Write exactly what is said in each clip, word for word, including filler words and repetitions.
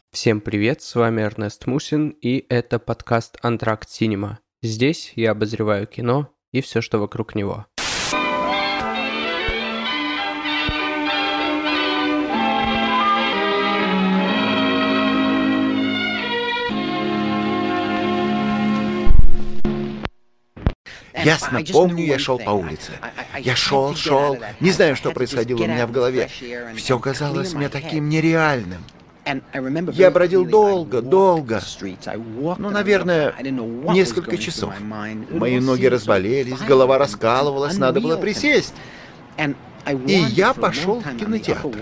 Всем привет, с вами Эрнест Мусин, и это подкаст «Антракт Синема». Здесь я обозреваю кино и все, что вокруг него. Ясно помню, я шел по улице. Я шел, шел, не знаю, что происходило у меня в голове. Все казалось мне таким нереальным. Я бродил долго, долго, ну, наверное, несколько часов. Мои ноги разболелись, голова раскалывалась, надо было присесть. И я пошел в кинотеатр.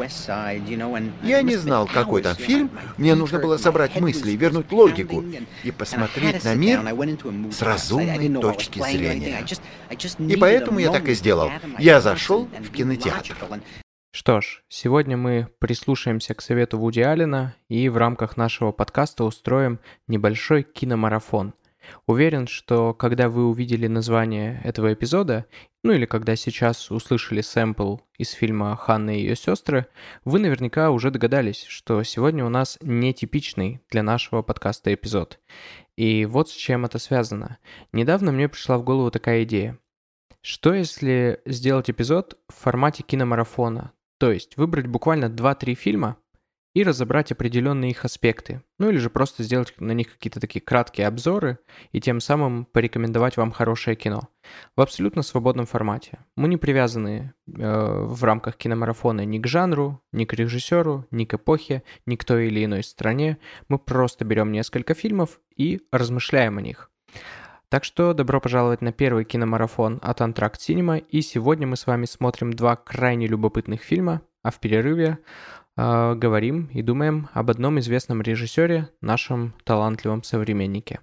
Я не знал, какой там фильм, мне нужно было собрать мысли, вернуть логику и посмотреть на мир с разумной точки зрения. И поэтому я так и сделал. Я зашел в кинотеатр. Что ж, сегодня мы прислушаемся к совету Вуди Аллена и в рамках нашего подкаста устроим небольшой киномарафон. Уверен, что когда вы увидели название этого эпизода, ну или когда сейчас услышали сэмпл из фильма «Ханна и ее сестры», вы наверняка уже догадались, что сегодня у нас нетипичный для нашего подкаста эпизод. И вот с чем это связано. Недавно мне пришла в голову такая идея. Что если сделать эпизод в формате киномарафона? То есть выбрать буквально два-три фильма и разобрать определенные их аспекты. Ну или же просто сделать на них какие-то такие краткие обзоры и тем самым порекомендовать вам хорошее кино. В абсолютно свободном формате. Мы не привязаны э, в рамках киномарафона ни к жанру, ни к режиссеру, ни к эпохе, ни к той или иной стране. Мы просто берем несколько фильмов и размышляем о них. Так что добро пожаловать на первый киномарафон от Антракт Синема, и сегодня мы с вами смотрим два крайне любопытных фильма, а в перерыве э, говорим и думаем об одном известном режиссере, нашем талантливом современнике.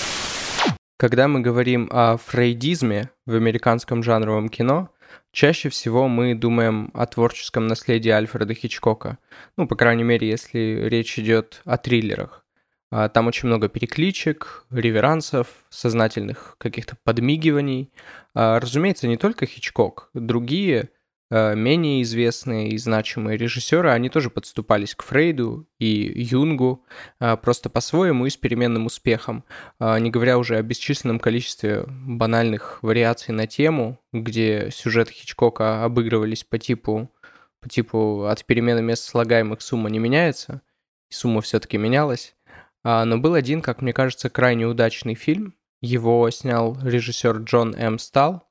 Когда мы говорим о фрейдизме в американском жанровом кино, чаще всего мы думаем о творческом наследии Альфреда Хичкока, ну, по крайней мере, если речь идет о триллерах. Там очень много перекличек, реверансов, сознательных каких-то подмигиваний. Разумеется, не только Хичкок, другие, менее известные и значимые режиссеры, они тоже подступались к Фрейду и Юнгу, просто по-своему и с переменным успехом, не говоря уже о бесчисленном количестве банальных вариаций на тему, где сюжеты Хичкока обыгрывались по типу, по типу от перемены мест слагаемых сумма не меняется, и сумма все-таки менялась. Но был один, как мне кажется, крайне удачный фильм. Его снял режиссер Джон М. Стал.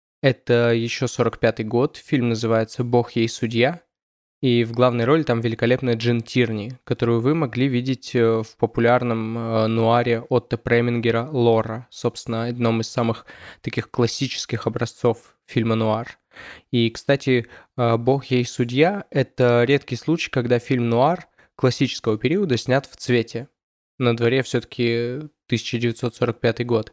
Это еще сорок пятый год. Фильм называется «Бог ей судья». И в главной роли там великолепная Джин Тирни, которую вы могли видеть в популярном нуаре Отто Премингера «Лора», собственно, одном из самых таких классических образцов фильма нуар. И, кстати, «Бог ей судья» — это редкий случай, когда фильм нуар классического периода снят в цвете. На дворе все-таки тысяча девятьсот сорок пятый год.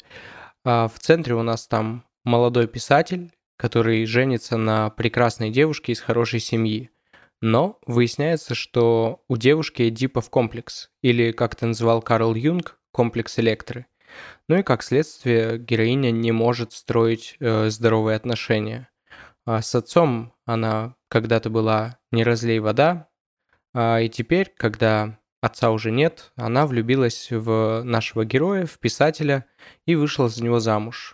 А в центре у нас там молодой писатель, который женится на прекрасной девушке из хорошей семьи. Но выясняется, что у девушки Эдипов комплекс, или, как это называл Карл Юнг, комплекс Электры. Ну и как следствие, героиня не может строить э, здоровые отношения. А с отцом она когда-то была не разлей вода, а и теперь, когда отца уже нет, она влюбилась в нашего героя, в писателя, и вышла за него замуж.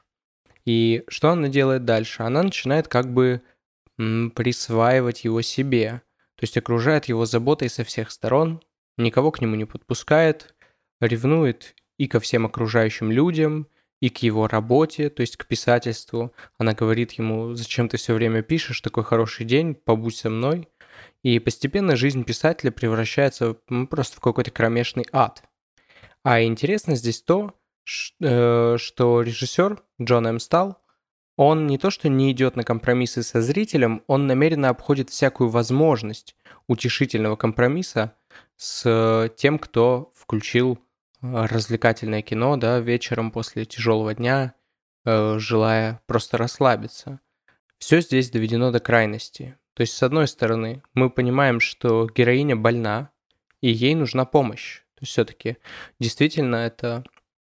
И что она делает дальше? Она начинает как бы м, присваивать его себе, то есть окружает его заботой со всех сторон, никого к нему не подпускает, ревнует и ко всем окружающим людям, и к его работе, то есть к писательству. Она говорит ему: «Зачем ты все время пишешь? Такой хороший день, побудь со мной». И постепенно жизнь писателя превращается ну, просто в какой-то кромешный ад. А интересно здесь то, что режиссер Джон М. Стал, он не то что не идет на компромиссы со зрителем, он намеренно обходит всякую возможность утешительного компромисса с тем, кто включил развлекательное кино, да, вечером после тяжелого дня, желая просто расслабиться. Все здесь доведено до крайности. То есть, с одной стороны, мы понимаем, что героиня больна, и ей нужна помощь. То есть, все-таки действительно это,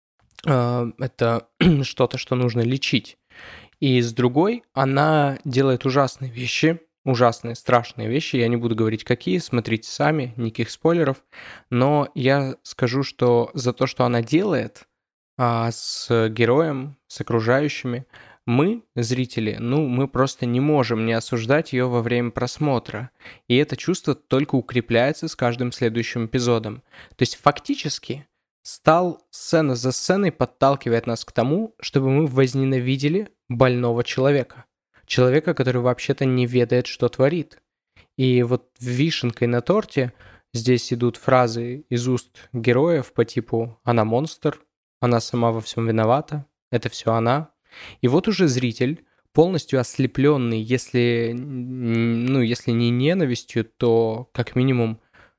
э, это что-то, что нужно лечить. И с другой, она делает ужасные вещи, ужасные, страшные вещи. Я не буду говорить, какие, смотрите сами, никаких спойлеров. Но я скажу, что за то, что она делает а, с героем, с окружающими, мы, зрители, ну, мы просто не можем не осуждать ее во время просмотра. И это чувство только укрепляется с каждым следующим эпизодом. То есть фактически стал сцена за сценой подталкивать нас к тому, чтобы мы возненавидели больного человека. Человека, который вообще-то не ведает, что творит. И вот вишенкой на торте здесь идут фразы из уст героев по типу «она монстр», «она сама во всем виновата», «это все она». И вот уже зритель, полностью ослепленный, если, ну, если не ненавистью, то как минимум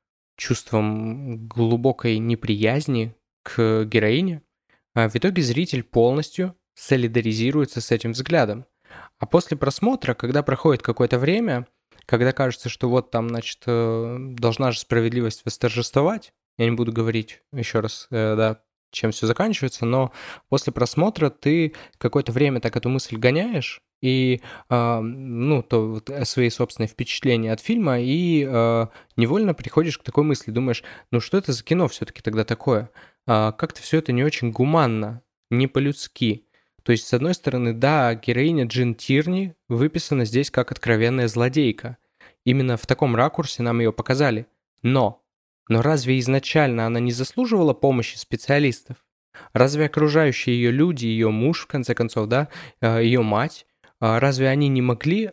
чувством глубокой неприязни к героине, в итоге зритель полностью солидаризируется с этим взглядом. А после просмотра, когда проходит какое-то время, когда кажется, что вот там, значит, должна же справедливость восторжествовать, я не буду говорить еще раз, да, чем все заканчивается, но после просмотра ты какое-то время так эту мысль гоняешь, и, э, ну, то вот свои собственные впечатления от фильма, и э, невольно приходишь к такой мысли, думаешь, ну что это за кино все-таки тогда такое? А, как-то все это не очень гуманно, не по-людски. То есть, с одной стороны, да, героиня Джин Тирни выписана здесь как откровенная злодейка. Именно в таком ракурсе нам ее показали. Но, но разве изначально она не заслуживала помощи специалистов? Разве окружающие ее люди, ее муж, в конце концов, да, ее мать, разве они не могли,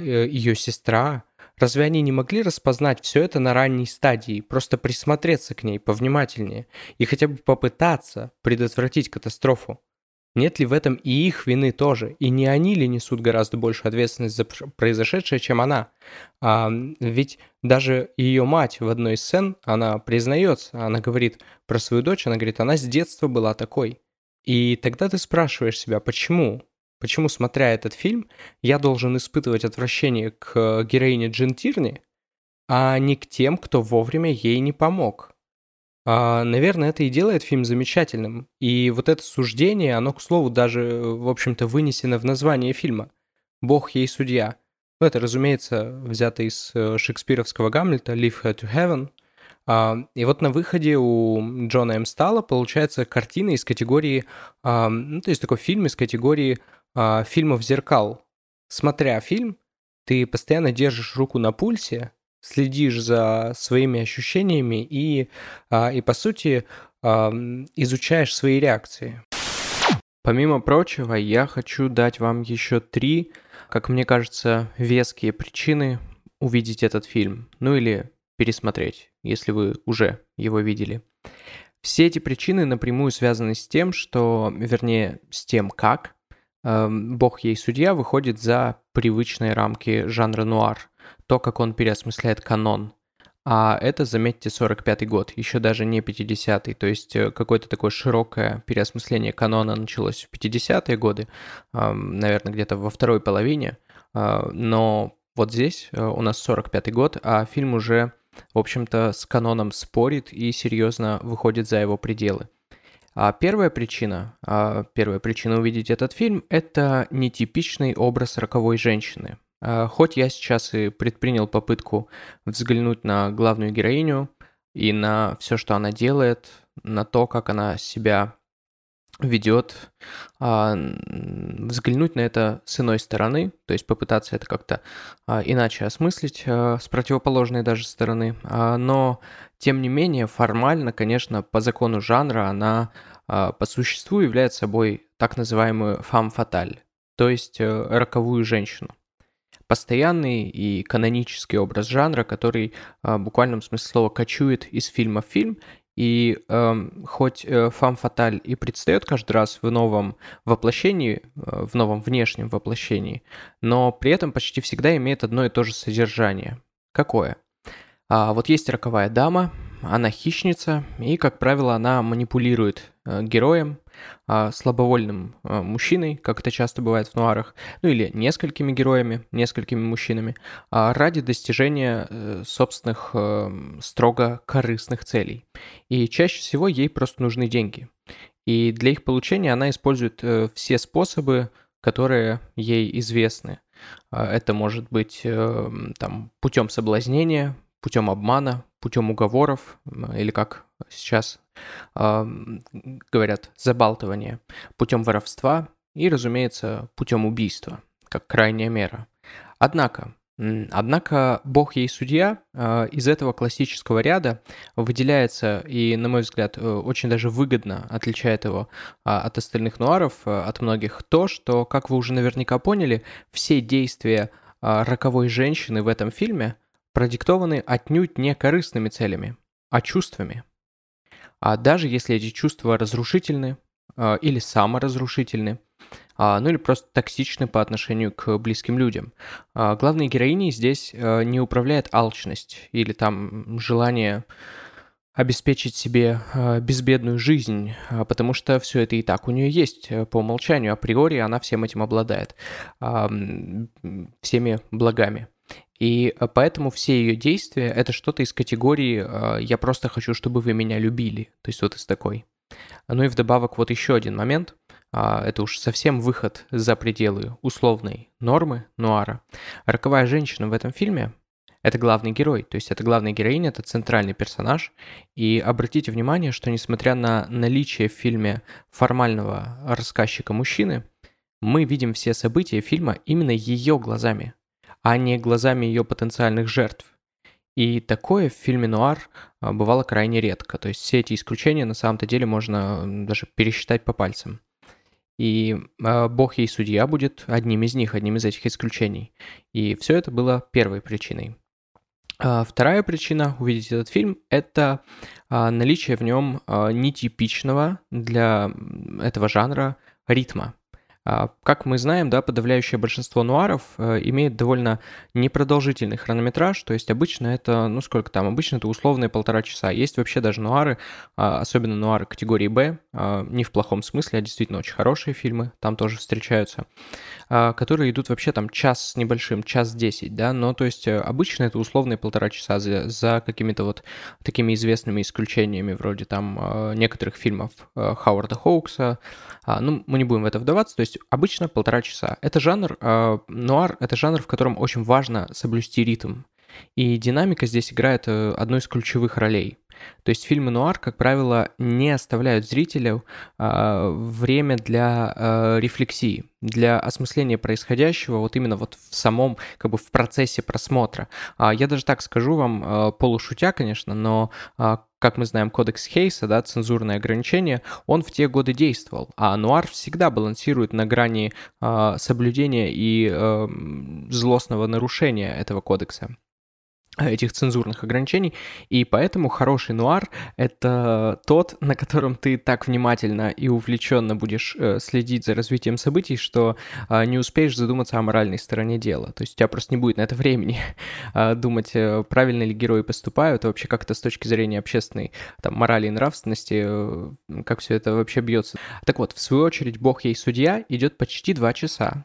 ее сестра, разве они не могли распознать все это на ранней стадии, просто присмотреться к ней повнимательнее и хотя бы попытаться предотвратить катастрофу? Нет ли в этом и их вины тоже? И не они ли несут гораздо большую ответственность за произошедшее, чем она? А, ведь даже ее мать в одной из сцен, она признается, она говорит про свою дочь, она говорит, она с детства была такой. И тогда ты спрашиваешь себя, почему? Почему, смотря этот фильм, я должен испытывать отвращение к героине Джин Тирни, а не к тем, кто вовремя ей не помог? А, наверное, это и делает фильм замечательным. И вот это суждение, оно, к слову, даже, в общем-то, вынесено в название фильма. «Бог ей судья». Ну, это, разумеется, взято из э, шекспировского Гамлета «Leave her to heaven». А, и вот на выходе у Джона М. Стала получается картина из категории, а, ну, то есть такой фильм из категории а, фильмов зеркал. Смотря фильм, ты постоянно держишь руку на пульсе, следишь за своими ощущениями и, а, и по сути, а, изучаешь свои реакции. Помимо прочего, я хочу дать вам еще три, как мне кажется, веские причины увидеть этот фильм. Ну или пересмотреть, если вы уже его видели. Все эти причины напрямую связаны с тем, что, вернее, с тем, как э, «Бог ей судья» выходит за привычные рамки жанра нуар, то, как он переосмысляет канон. А это, заметьте, сорок пятый год, еще даже не пятидесятый, то есть какое-то такое широкое переосмысление канона началось в пятидесятые годы, э, наверное, где-то во второй половине, э, но вот здесь у нас сорок пятый год, а фильм уже, в общем-то, с каноном спорит и серьезно выходит за его пределы. А первая причина, а первая причина увидеть этот фильм – это нетипичный образ роковой женщины. А хоть я сейчас и предпринял попытку взглянуть на главную героиню и на все, что она делает, на то, как она себя ведет, а, взглянуть на это с иной стороны, то есть попытаться это как-то а, иначе осмыслить, а, с противоположной даже стороны. А, но, тем не менее, формально, конечно, по закону жанра она а, по существу является собой так называемую femme fatale, то есть а, роковую женщину. Постоянный и канонический образ жанра, который а, в буквальном смысле слова кочует из фильма в фильм. И э, хоть фам фаталь и предстает каждый раз в новом воплощении, в новом внешнем воплощении, но при этом почти всегда имеет одно и то же содержание. Какое? А, вот есть роковая дама, она хищница, и, как правило, она манипулирует э, героем, э, слабовольным э, мужчиной, как это часто бывает в нуарах, ну или несколькими героями, несколькими мужчинами, э, ради достижения э, собственных э, строго корыстных целей. И чаще всего ей просто нужны деньги. И для их получения она использует э, все способы, которые ей известны. Это может быть там, путем соблазнения, путем обмана, путем уговоров, или как сейчас говорят, забалтывания, путем воровства и, разумеется, путем убийства, как крайняя мера. Однако, Однако «Бог ей судья» из этого классического ряда выделяется и, на мой взгляд, очень даже выгодно отличает его от остальных нуаров, от многих, то, что, как вы уже наверняка поняли, все действия роковой женщины в этом фильме продиктованы отнюдь не корыстными целями, а чувствами. А даже если эти чувства разрушительны или саморазрушительны, ну или просто токсичны по отношению к близким людям. Главной героиней здесь не управляет алчность или там желание обеспечить себе безбедную жизнь, потому что все это и так у нее есть по умолчанию, априори она всем этим обладает, всеми благами. И поэтому все ее действия — это что-то из категории «я просто хочу, чтобы вы меня любили», то есть вот из такой. Ну и вдобавок вот еще один момент. Это уж совсем выход за пределы условной нормы нуара. Роковая женщина в этом фильме — это главный герой, то есть это главная героиня, это центральный персонаж. И обратите внимание, что несмотря на наличие в фильме формального рассказчика мужчины, мы видим все события фильма именно ее глазами, а не глазами ее потенциальных жертв. И такое в фильме нуар бывало крайне редко. То есть все эти исключения на самом-то деле можно даже пересчитать по пальцам. И э, «Бог ей судья» будет одним из них, одним из этих исключений. И все это было первой причиной. А вторая причина увидеть этот фильм – это а, наличие в нем а, нетипичного для этого жанра ритма. А, как мы знаем, да, подавляющее большинство нуаров а, имеет довольно непродолжительный хронометраж, то есть обычно это, ну сколько там, обычно это условные полтора часа. Есть вообще даже нуары, а, особенно нуары категории «Б», а, не в плохом смысле, а действительно очень хорошие фильмы, там тоже встречаются, а, которые идут вообще там час с небольшим, час десять, да, но то есть обычно это условные полтора часа за, за какими-то вот такими известными исключениями, вроде там а, некоторых фильмов а, Хауарда Хоукса, а, ну мы не будем в это вдаваться, то есть обычно полтора часа. Это жанр, э, нуар, это жанр, в котором очень важно соблюсти ритм. И динамика здесь играет э, одну из ключевых ролей. То есть фильмы нуар, как правило, не оставляют зрителю э, время для э, рефлексии, для осмысления происходящего вот именно вот в самом, как бы в процессе просмотра. А я даже так скажу вам, э, полушутя, конечно, но э, как мы знаем, кодекс Хейса, да, цензурное ограничение, он в те годы действовал, а нуар всегда балансирует на грани э, соблюдения и э, злостного нарушения этого кодекса, этих цензурных ограничений, и поэтому хороший нуар — это тот, на котором ты так внимательно и увлеченно будешь э, следить за развитием событий, что э, не успеешь задуматься о моральной стороне дела. То есть у тебя просто не будет на это времени э, думать, э, правильно ли герои поступают, вообще как-то с точки зрения общественной там, морали и нравственности, э, как все это вообще бьется. Так вот, в свою очередь, «Бог ей судья» идет почти два часа.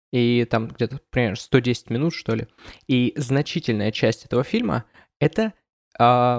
И там где-то примерно сто десять минут, что ли. И значительная часть этого фильма — это э,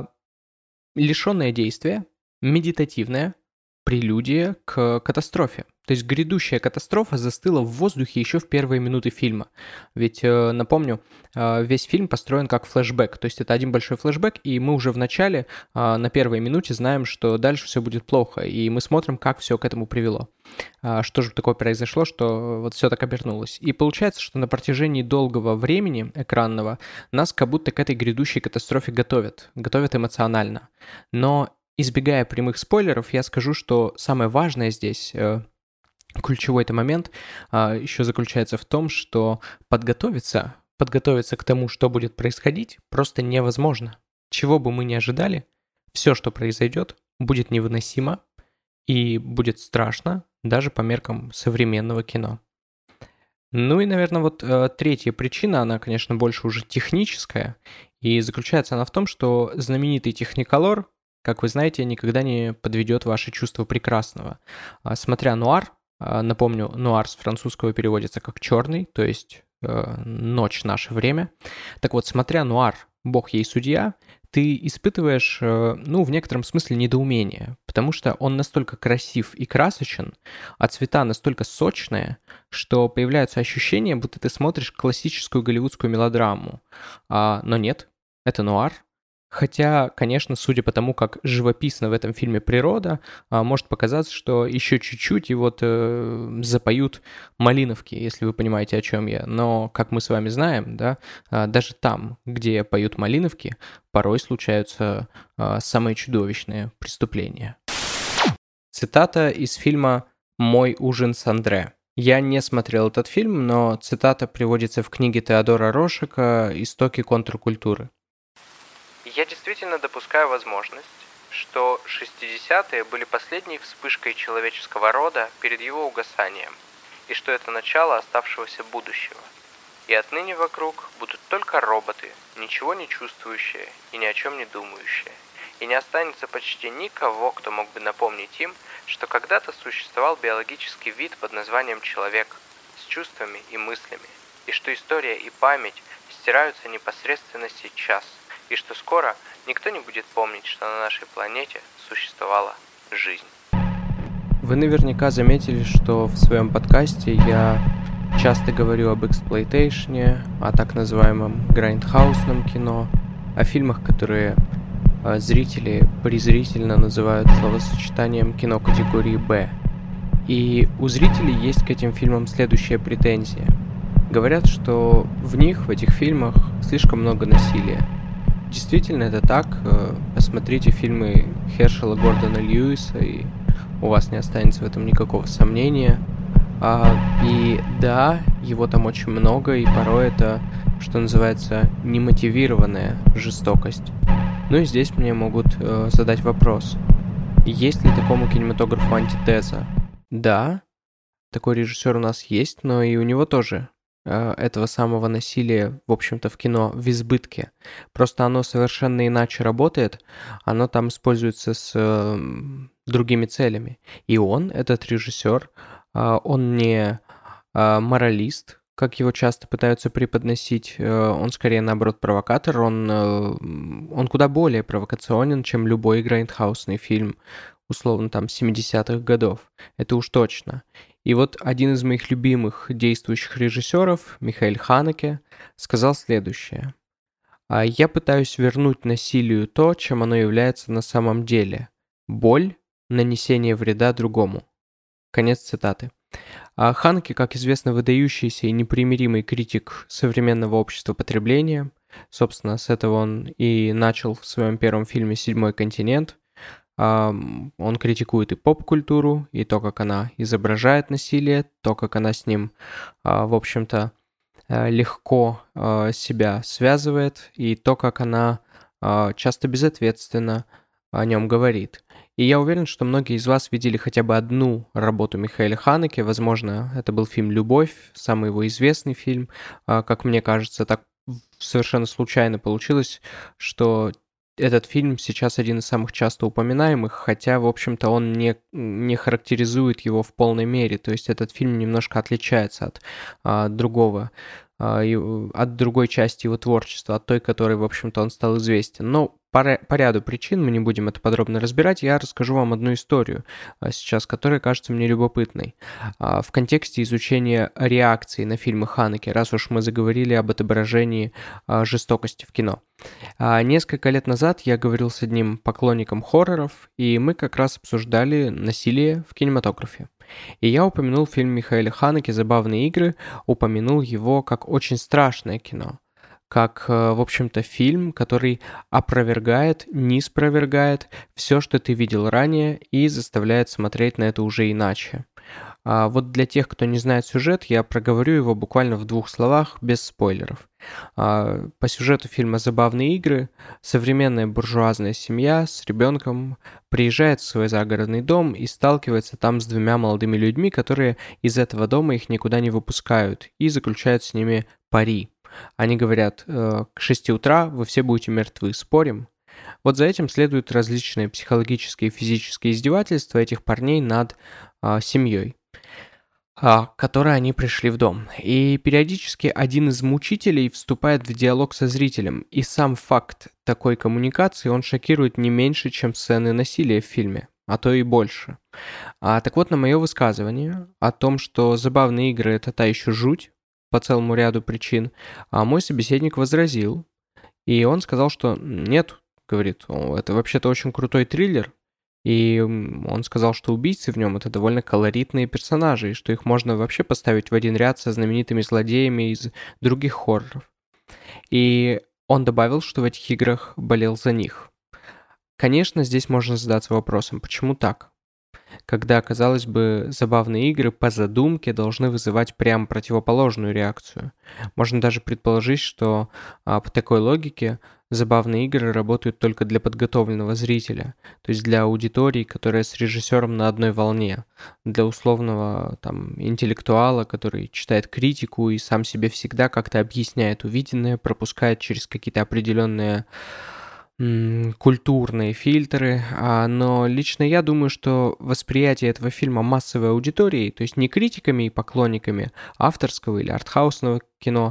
лишенное действия, медитативная прелюдия к катастрофе. То есть грядущая катастрофа застыла в воздухе еще в первые минуты фильма. Ведь, э, напомню, э, весь фильм построен как флешбэк. То есть это один большой флешбэк, и мы уже в начале, э, на первой минуте знаем, что дальше все будет плохо. И мы смотрим, как все к этому привело. Э, что же такое произошло, что вот все так обернулось. И получается, что на протяжении долгого времени экранного нас как будто к этой грядущей катастрофе готовят. Готовят эмоционально. Но избегая прямых спойлеров, я скажу, что самое важное здесь... Э, Ключевой это момент а, еще заключается в том, что подготовиться, подготовиться к тому, что будет происходить, просто невозможно. Чего бы мы ни ожидали, все, что произойдет, будет невыносимо и будет страшно даже по меркам современного кино. Ну и, наверное, вот э, третья причина, она, конечно, больше уже техническая, и заключается она в том, что знаменитый техниколор, как вы знаете, никогда не подведет ваше чувство прекрасного. А, смотря нуар, напомню, нуар с французского переводится как «черный», то есть э, «ночь, наше время». Так вот, смотря нуар «Бог ей судья», ты испытываешь, ну, в некотором смысле недоумение, потому что он настолько красив и красочен, а цвета настолько сочные, что появляется ощущение, будто ты смотришь классическую голливудскую мелодраму. А, но нет, это нуар. Хотя, конечно, судя по тому, как живописна в этом фильме природа, может показаться, что еще чуть-чуть и вот э, запоют малиновки, если вы понимаете, о чем я. Но, как мы с вами знаем, да, даже там, где поют малиновки, порой случаются э, самые чудовищные преступления. Цитата из фильма «Мой ужин с Андре». Я не смотрел этот фильм, но цитата приводится в книге Теодора Рошека «Истоки контркультуры». Я действительно допускаю возможность, что шестидесятые были последней вспышкой человеческого рода перед его угасанием, и что это начало оставшегося будущего. И отныне вокруг будут только роботы, ничего не чувствующие и ни о чем не думающие. И не останется почти никого, кто мог бы напомнить им, что когда-то существовал биологический вид под названием человек с чувствами и мыслями, и что история и память стираются непосредственно сейчас, и что скоро никто не будет помнить, что на нашей планете существовала жизнь. Вы наверняка заметили, что в своем подкасте я часто говорю об эксплойтейшне, о так называемом грайндхаусном кино, о фильмах, которые зрители презрительно называют словосочетанием кино категории «Б». И у зрителей есть к этим фильмам следующая претензия. Говорят, что в них, в этих фильмах, слишком много насилия. Действительно, это так. Посмотрите фильмы Хершела Гордона Льюиса, и у вас не останется в этом никакого сомнения. А, и да, его там очень много, и порой это, что называется, немотивированная жестокость. Ну и здесь мне могут э, задать вопрос. Есть ли такому кинематографу антитеза? Да, такой режиссер у нас есть, но и у него тоже этого самого насилия, в общем-то, в кино в избытке. Просто оно совершенно иначе работает, оно там используется с э, другими целями. И он, этот режиссер, э, он не э, моралист, как его часто пытаются преподносить, э, он скорее, наоборот, провокатор, он, э, он куда более провокационен, чем любой грайндхаусный фильм, условно, там, семидесятых годов. Это уж точно. И вот один из моих любимых действующих режиссеров, Михаэль Ханеке, сказал следующее. «Я пытаюсь вернуть насилию то, чем оно является на самом деле. Боль, нанесение вреда другому». Конец цитаты. Ханеке, как известно, выдающийся и непримиримый критик современного общества потребления. Собственно, с этого он и начал в своем первом фильме «Седьмой континент». Он критикует и поп-культуру, и то, как она изображает насилие, то, как она с ним, в общем-то, легко себя связывает, и то, как она часто безответственно о нем говорит. И я уверен, что многие из вас видели хотя бы одну работу Михаэля Ханеке. Возможно, это был фильм «Любовь», самый его известный фильм. Как мне кажется, так совершенно случайно получилось, что этот фильм сейчас один из самых часто упоминаемых, хотя, в общем-то, он не, не характеризует его в полной мере. То есть этот фильм немножко отличается от а, другого, а, и, от другой части его творчества, от той, которой, в общем-то, он стал известен. Но по, по ряду причин, мы не будем это подробно разбирать, я расскажу вам одну историю а, сейчас, которая кажется мне любопытной. А, в контексте изучения реакции на фильмы Ханеке, раз уж мы заговорили об отображении а, жестокости в кино. А, несколько лет назад я говорил с одним поклонником хорроров, и мы как раз обсуждали насилие в кинематографе. И я упомянул фильм Михаэля Ханеке «Забавные игры», упомянул его как очень страшное кино, как, в общем-то, фильм, который опровергает, ниспровергает все, что ты видел ранее, и заставляет смотреть на это уже иначе. А вот для тех, кто не знает сюжет, я проговорю его буквально в двух словах, без спойлеров. А, по сюжету фильма «Забавные игры» современная буржуазная семья с ребенком приезжает в свой загородный дом и сталкивается там с двумя молодыми людьми, которые из этого дома их никуда не выпускают и заключают с ними пари. Они говорят: к шести утра вы все будете мертвы, спорим? Вот за этим следуют различные психологические и физические издевательства этих парней над а, семьей. а, к которой они пришли в дом. И периодически один из мучителей вступает в диалог со зрителем, и сам факт такой коммуникации, он шокирует не меньше, чем сцены насилия в фильме, а то и больше. А, так вот, на мое высказывание о том, что забавные игры — это та еще жуть, по целому ряду причин, а мой собеседник возразил, и он сказал, что нет, говорит, «о, это вообще-то очень крутой триллер, и м, он сказал, что убийцы в нем это довольно колоритные персонажи, и что их можно вообще поставить в один ряд со знаменитыми злодеями из других хорроров. И он добавил, что в этих играх болел за них. Конечно, здесь можно задаться вопросом, почему так? Когда, казалось бы, забавные игры по задумке должны вызывать прям противоположную реакцию. Можно даже предположить, что а, по такой логике забавные игры работают только для подготовленного зрителя, то есть для аудитории, которая с режиссером на одной волне, для условного там интеллектуала, который читает критику и сам себе всегда как-то объясняет увиденное, пропускает через какие-то определенные м, культурные фильтры, а, но лично я думаю, что восприятие этого фильма массовой аудиторией, то есть не критиками и поклонниками авторского или артхаусного кино,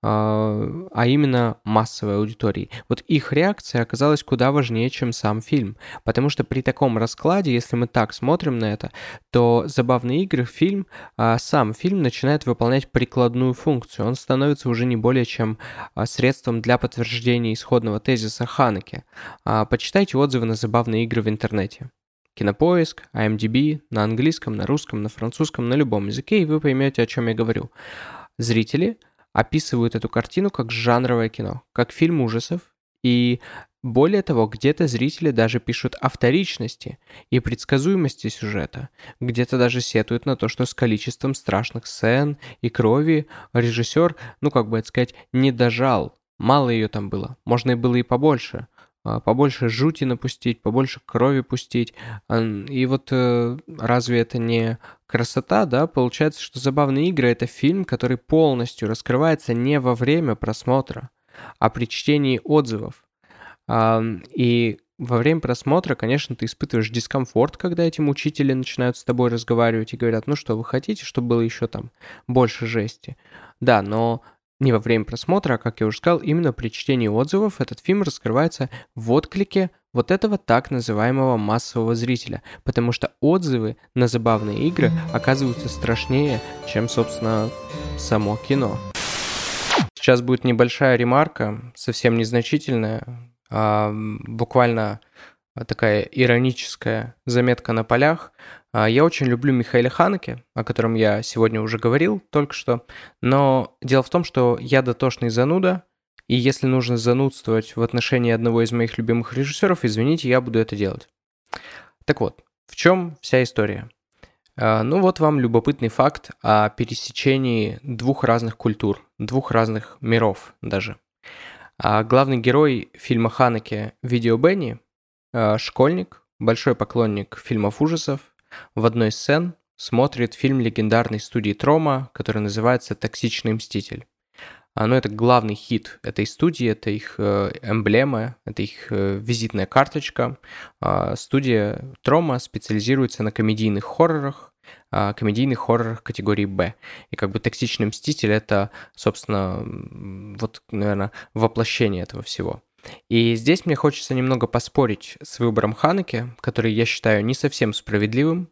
а а именно массовой аудиторией. Вот их реакция оказалась куда важнее, чем сам фильм. Потому что при таком раскладе, если мы так смотрим на это, то забавные игры, фильм, а, сам фильм начинает выполнять прикладную функцию. Он становится уже не более чем а, средством для подтверждения исходного тезиса Ханеке. А, почитайте отзывы на забавные игры в интернете. Кинопоиск, ай эм ди би, на английском, на русском, на французском, на любом языке, и вы поймете, о чем я говорю. Зрители описывают эту картину как жанровое кино, как фильм ужасов, и более того, где-то зрители даже пишут о вторичности и предсказуемости сюжета, где-то даже сетуют на то, что с количеством страшных сцен и крови режиссер, ну как бы это сказать, не дожал, мало ее там было, можно и было и побольше. а, Побольше жути напустить, побольше крови пустить. Ан- И вот э, разве это не красота, да? Получается, что «Забавные игры» — это фильм, который полностью раскрывается не во время просмотра, а при чтении отзывов. Ам, И во время просмотра, конечно, ты испытываешь дискомфорт, когда эти мучители начинают с тобой разговаривать и говорят, ну что, вы хотите, чтобы было еще там больше жести? Да, но не во время просмотра, а, как я уже сказал, именно при чтении отзывов этот фильм раскрывается в отклике вот этого так называемого массового зрителя, потому что отзывы на забавные игры оказываются страшнее, чем, собственно, само кино. Сейчас будет небольшая ремарка, совсем незначительная, а, буквально такая ироническая заметка на полях. А, Я очень люблю Михаэля Ханеке, о котором я сегодня уже говорил только что, но дело в том, что я дотошный зануда, и если нужно занудствовать в отношении одного из моих любимых режиссеров, извините, я буду это делать. Так вот, в чем вся история? А, Ну вот вам любопытный факт о пересечении двух разных культур, двух разных миров даже. А главный герой фильма Ханеке Видео Бенни, а, школьник, большой поклонник фильмов ужасов, в одной из сцен смотрит фильм легендарной студии Трома, который называется «Токсичный мститель». А, Ну, это главный хит этой студии, это их э, эмблема, это их э, визитная карточка. А, Студия Трома специализируется на комедийных хоррорах, а, комедийных хоррорах категории Б. И как бы «Токсичный мститель» — это, собственно, м, вот, наверное, воплощение этого всего. И здесь мне хочется немного поспорить с выбором Ханеке, который я считаю не совсем справедливым,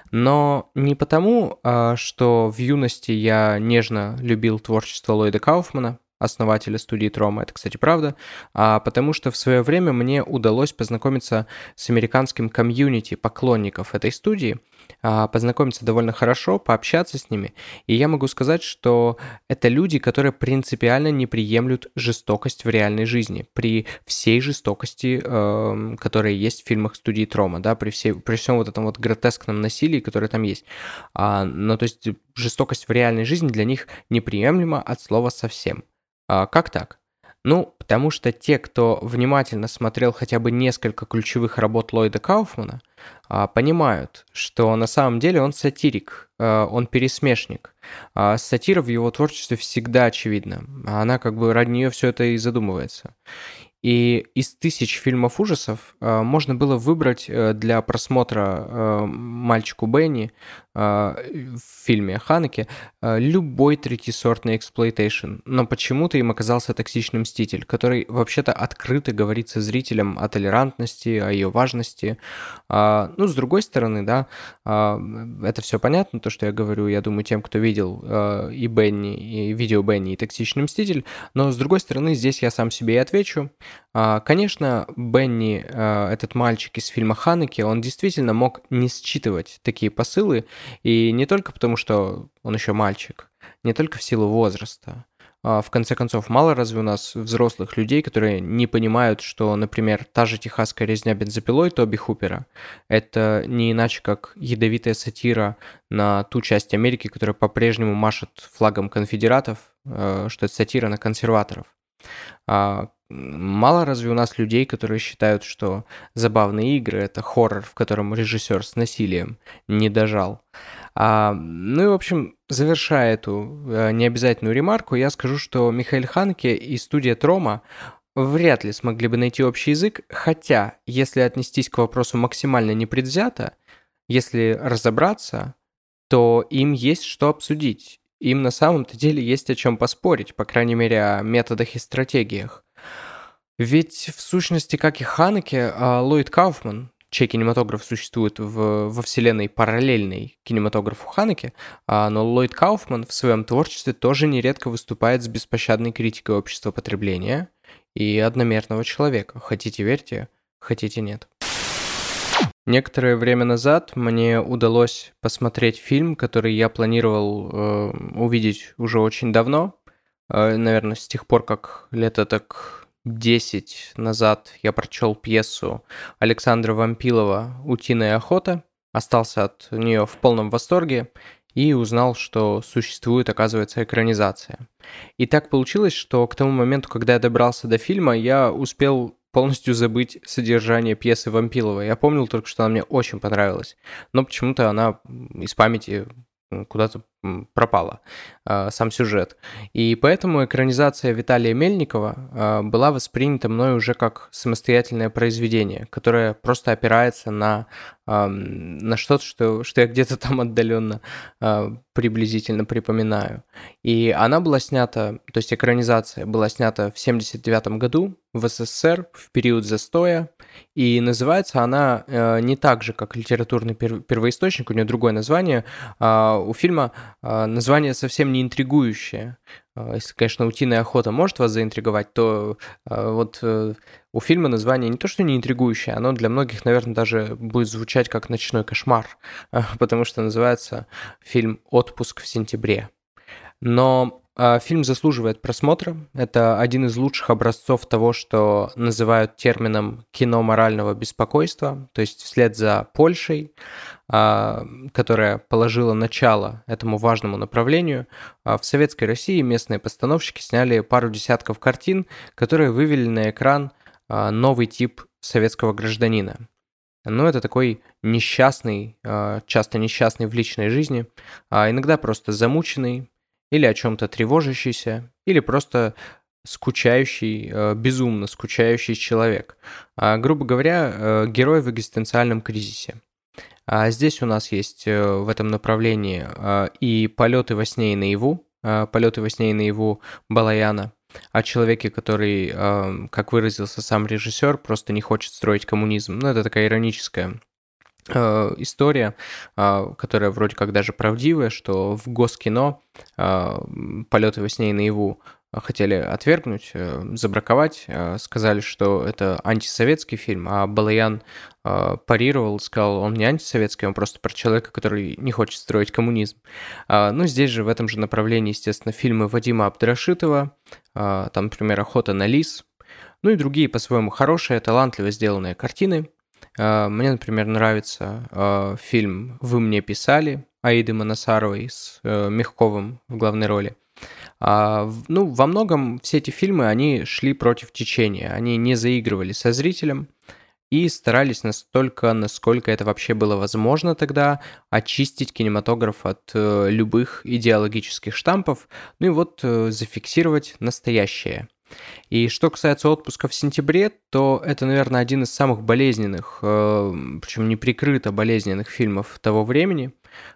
но не потому, а, что в юности я нежно любил творчество Ллойда Кауфмана, основателя студии Трома, это, кстати, правда, а потому что в свое время мне удалось познакомиться с американским комьюнити поклонников этой студии, а, познакомиться довольно хорошо, пообщаться с ними, и я могу сказать, что это люди, которые принципиально не приемлют жестокость в реальной жизни, при всей жестокости, эм, которая есть в фильмах студии Трома, да, при, всей, при всем вот этом вот гротескном насилии, которое там есть. А, ну, то есть жестокость в реальной жизни для них неприемлема от слова совсем. А, как так? Ну, потому что те, кто внимательно смотрел хотя бы несколько ключевых работ Ллойда Кауфмана, а, понимают, что на самом деле он сатирик, а, он пересмешник. А Сатира в его творчестве всегда очевидна. а Она как бы ради нее все это и задумывается. И из тысяч фильмов ужасов э, можно было выбрать э, для просмотра э, мальчику Бенни э, в фильме Ханеке э, любой третьесортный эксплойтейшн. Но почему-то им оказался «Токсичный мститель», который вообще-то открыто говорит со зрителем о толерантности, о ее важности. А, ну, с другой стороны, да, а, это все понятно, то, что я говорю, я думаю, тем, кто видел а, и Бенни, и видео Бенни, и «Токсичный мститель», но с другой стороны, здесь я сам себе и отвечу. А, конечно, Бенни, а, этот мальчик из фильма Ханеке, он действительно мог не считывать такие посылы, и не только потому, что он еще мальчик, не только в силу возраста. А, В конце концов, мало разве у нас взрослых людей, которые не понимают, что, например, та же техасская резня бензопилой Тоби Хупера — это не иначе, как ядовитая сатира на ту часть Америки, которая по-прежнему машет флагом конфедератов, э, что это сатира на консерваторов. А, Мало разве у нас людей, которые считают, что «Забавные игры» — это хоррор, в котором режиссер с насилием не дожал. А, ну и, в общем, завершая эту э, необязательную ремарку, я скажу, что Михаэль Ханеке и студия Трома вряд ли смогли бы найти общий язык, хотя, если отнестись к вопросу максимально непредвзято, если разобраться, то им есть что обсудить. Им на самом-то деле есть о чем поспорить, по крайней мере, о методах и стратегиях. Ведь в сущности, как и Ханеке, а, Ллойд Кауфман, чей кинематограф существует в, во вселенной параллельной кинематографу Ханеке, а, но Ллойд Кауфман в своем творчестве тоже нередко выступает с беспощадной критикой общества потребления и одномерного человека. Хотите верьте, хотите нет. Некоторое время назад мне удалось посмотреть фильм, который я планировал э, увидеть уже очень давно. Э, наверное, с тех пор, как лет так десять назад я прочел пьесу Александра Вампилова «Утиная охота», остался от нее в полном восторге и узнал, что существует, оказывается, экранизация. И так получилось, что к тому моменту, когда я добрался до фильма, я успел полностью забыть содержание пьесы Вампилова. Я помнил только, что она мне очень понравилась, но почему-то она из памяти куда-то пропала, сам сюжет. И поэтому экранизация Виталия Мельникова была воспринята мной уже как самостоятельное произведение, которое просто опирается на, на что-то, что, что я где-то там отдаленно приблизительно припоминаю. И она была снята, то есть экранизация была снята в семьдесят девятом году в СССР в период застоя, и называется она э, не так же, как литературный пер- первоисточник, у нее другое название. Э, у фильма э, название совсем не интригующее. Э, если, конечно, «Утиная охота» может вас заинтриговать, то э, вот э, у фильма название не то, что не интригующее, оно для многих, наверное, даже будет звучать как «Ночной кошмар», э, потому что называется фильм «Отпуск в сентябре». Но э, фильм заслуживает просмотра. Это один из лучших образцов того, что называют термином «кино морального беспокойства», то есть вслед за Польшей, э, которая положила начало этому важному направлению, э, в Советской России местные постановщики сняли пару десятков картин, которые вывели на экран э, новый тип советского гражданина. Ну, это такой несчастный, э, часто несчастный в личной жизни, а иногда просто замученный, или о чем-то тревожащийся, или просто скучающий, безумно скучающий человек. Грубо говоря, герой в экзистенциальном кризисе. Здесь у нас есть в этом направлении и «Полеты во сне и наяву», «Полеты во сне и наяву» Балаяна, о человеке, который, как выразился сам режиссер, просто не хочет строить коммунизм. Ну, это такая ироническая история, которая вроде как даже правдивая, что в Госкино «Полеты во сне и наяву» хотели отвергнуть, забраковать, сказали, что это антисоветский фильм, а Балаян парировал, сказал, он не антисоветский, он просто про человека, который не хочет строить коммунизм. Ну, здесь же в этом же направлении, естественно, фильмы Вадима Абдрашитова, там, например, «Охота на лис», ну и другие по-своему хорошие, талантливо сделанные картины. Мне, например, нравится э, фильм «Вы мне писали» Аиды Манасаровой с э, Мягковым в главной роли. А, в, ну, во многом все эти фильмы, они шли против течения, они не заигрывали со зрителем и старались настолько, насколько это вообще было возможно тогда, очистить кинематограф от э, любых идеологических штампов, ну и вот э, зафиксировать настоящее. И что касается отпуска в сентябре, то это, наверное, один из самых болезненных, причем неприкрыто болезненных фильмов того времени.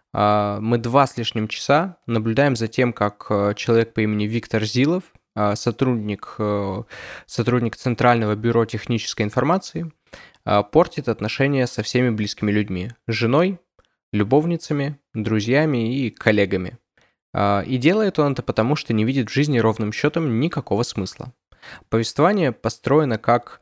Мы два с лишним часа наблюдаем за тем, как человек по имени Виктор Зилов, сотрудник, сотрудник Центрального бюро технической информации, портит отношения со всеми близкими людьми, с женой, любовницами, друзьями и коллегами. И делает он это потому, что не видит в жизни ровным счетом никакого смысла. Повествование построено как,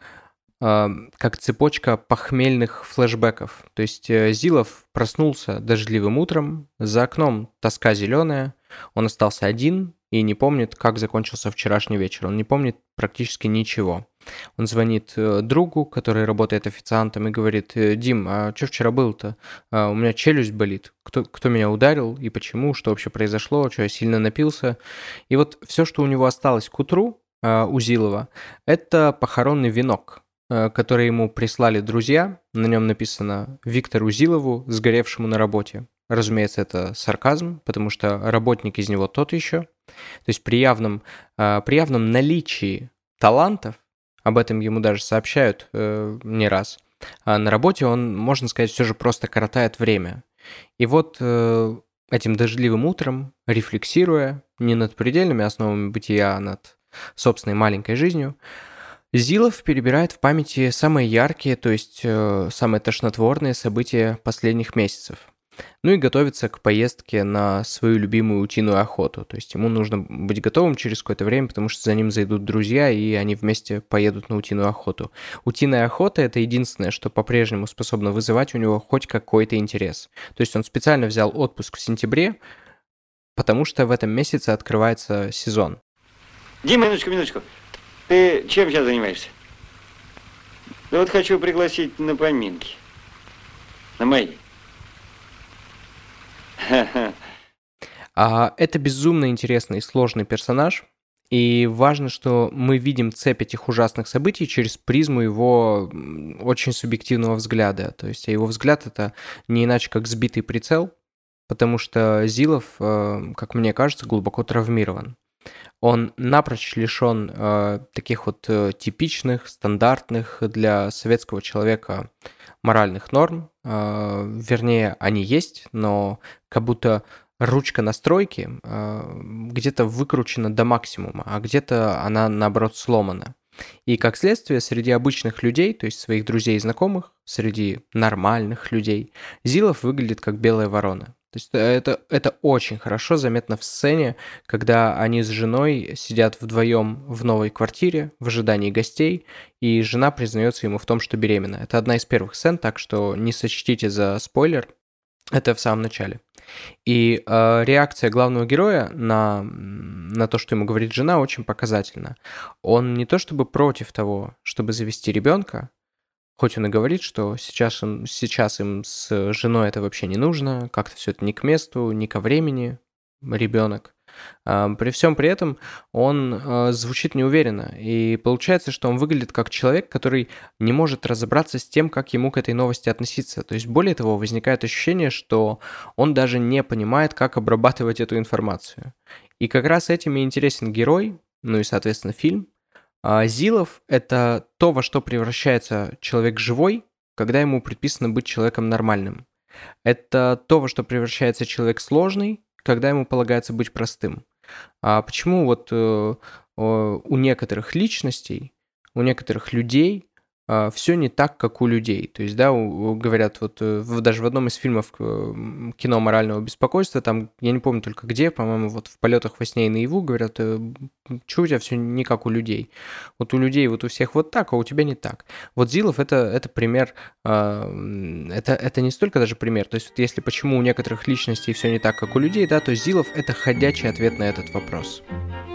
как цепочка похмельных флешбеков. То есть Зилов проснулся дождливым утром, за окном тоска зеленая, он остался один и не помнит, как закончился вчерашний вечер. Он не помнит практически ничего. Он звонит другу, который работает официантом, и говорит: «Дим, а что вчера было-то? У меня челюсть болит. Кто, кто меня ударил и почему? Что вообще произошло? Что я сильно напился?» И вот все, что у него осталось к утру, у Зилова, это похоронный венок, который ему прислали друзья. На нем написано «Виктору Зилову, сгоревшему на работе». Разумеется, это сарказм, потому что работник из него тот еще. То есть при явном, при явном наличии талантов, об этом ему даже сообщают э, не раз, а на работе он, можно сказать, все же просто коротает время. И вот э, этим дождливым утром, рефлексируя не над предельными основами бытия, а над собственной маленькой жизнью, Зилов перебирает в памяти самые яркие, то есть э, самые тошнотворные события последних месяцев. Ну и готовится к поездке на свою любимую утиную охоту. То есть ему нужно быть готовым через какое-то время, потому что за ним зайдут друзья, и они вместе поедут на утиную охоту. Утиная охота – это единственное, что по-прежнему способно вызывать у него хоть какой-то интерес. То есть он специально взял отпуск в сентябре, потому что в этом месяце открывается сезон. Дима, минуточку, минуточку. Ты чем сейчас занимаешься? Да вот хочу пригласить на поминки. На мои. А это безумно интересный и сложный персонаж, и важно, что мы видим цепь этих ужасных событий через призму его очень субъективного взгляда. То есть его взгляд — это не иначе как сбитый прицел, потому что Зилов, как мне кажется, глубоко травмирован. Он напрочь лишен э, таких вот э, типичных, стандартных для советского человека моральных норм. Э, вернее, они есть, но как будто ручка настройки э, где-то выкручена до максимума, а где-то она, наоборот, сломана. И как следствие, среди обычных людей, то есть своих друзей и знакомых, среди нормальных людей, Зилов выглядит как белая ворона. То есть это, это очень хорошо заметно в сцене, когда они с женой сидят вдвоем в новой квартире в ожидании гостей, и жена признается ему в том, что беременна. Это одна из первых сцен, так что не сочтите за спойлер, это в самом начале. И э, реакция главного героя на, на то, что ему говорит жена, очень показательна. Он не то чтобы против того, чтобы завести ребенка, хоть он и говорит, что сейчас, он, сейчас им с женой это вообще не нужно, как-то все это не к месту, не ко времени, ребенок. При всем при этом он звучит неуверенно, и получается, что он выглядит как человек, который не может разобраться с тем, как ему к этой новости относиться. То есть, более того, возникает ощущение, что он даже не понимает, как обрабатывать эту информацию. И как раз этим и интересен герой, ну и, соответственно, фильм. Зилов — это то, во что превращается человек живой, когда ему предписано быть человеком нормальным. Это то, во что превращается человек сложный, когда ему полагается быть простым. А почему вот э, у некоторых личностей, у некоторых людей э, все не так, как у людей? То есть, да, у, говорят, вот э, даже в одном из фильмов э, «Кино морального беспокойства», там, я не помню только где, по-моему, вот в «Полетах во сне и наяву» говорят: э, чего у тебя все не как у людей? Вот у людей вот у всех вот так, а у тебя не так. Вот Зилов это, это пример, э, это, это не столько даже пример, то есть вот если почему у некоторых личностей все не так, как у людей, да, то Зилов — это ходячий ответ на этот вопрос.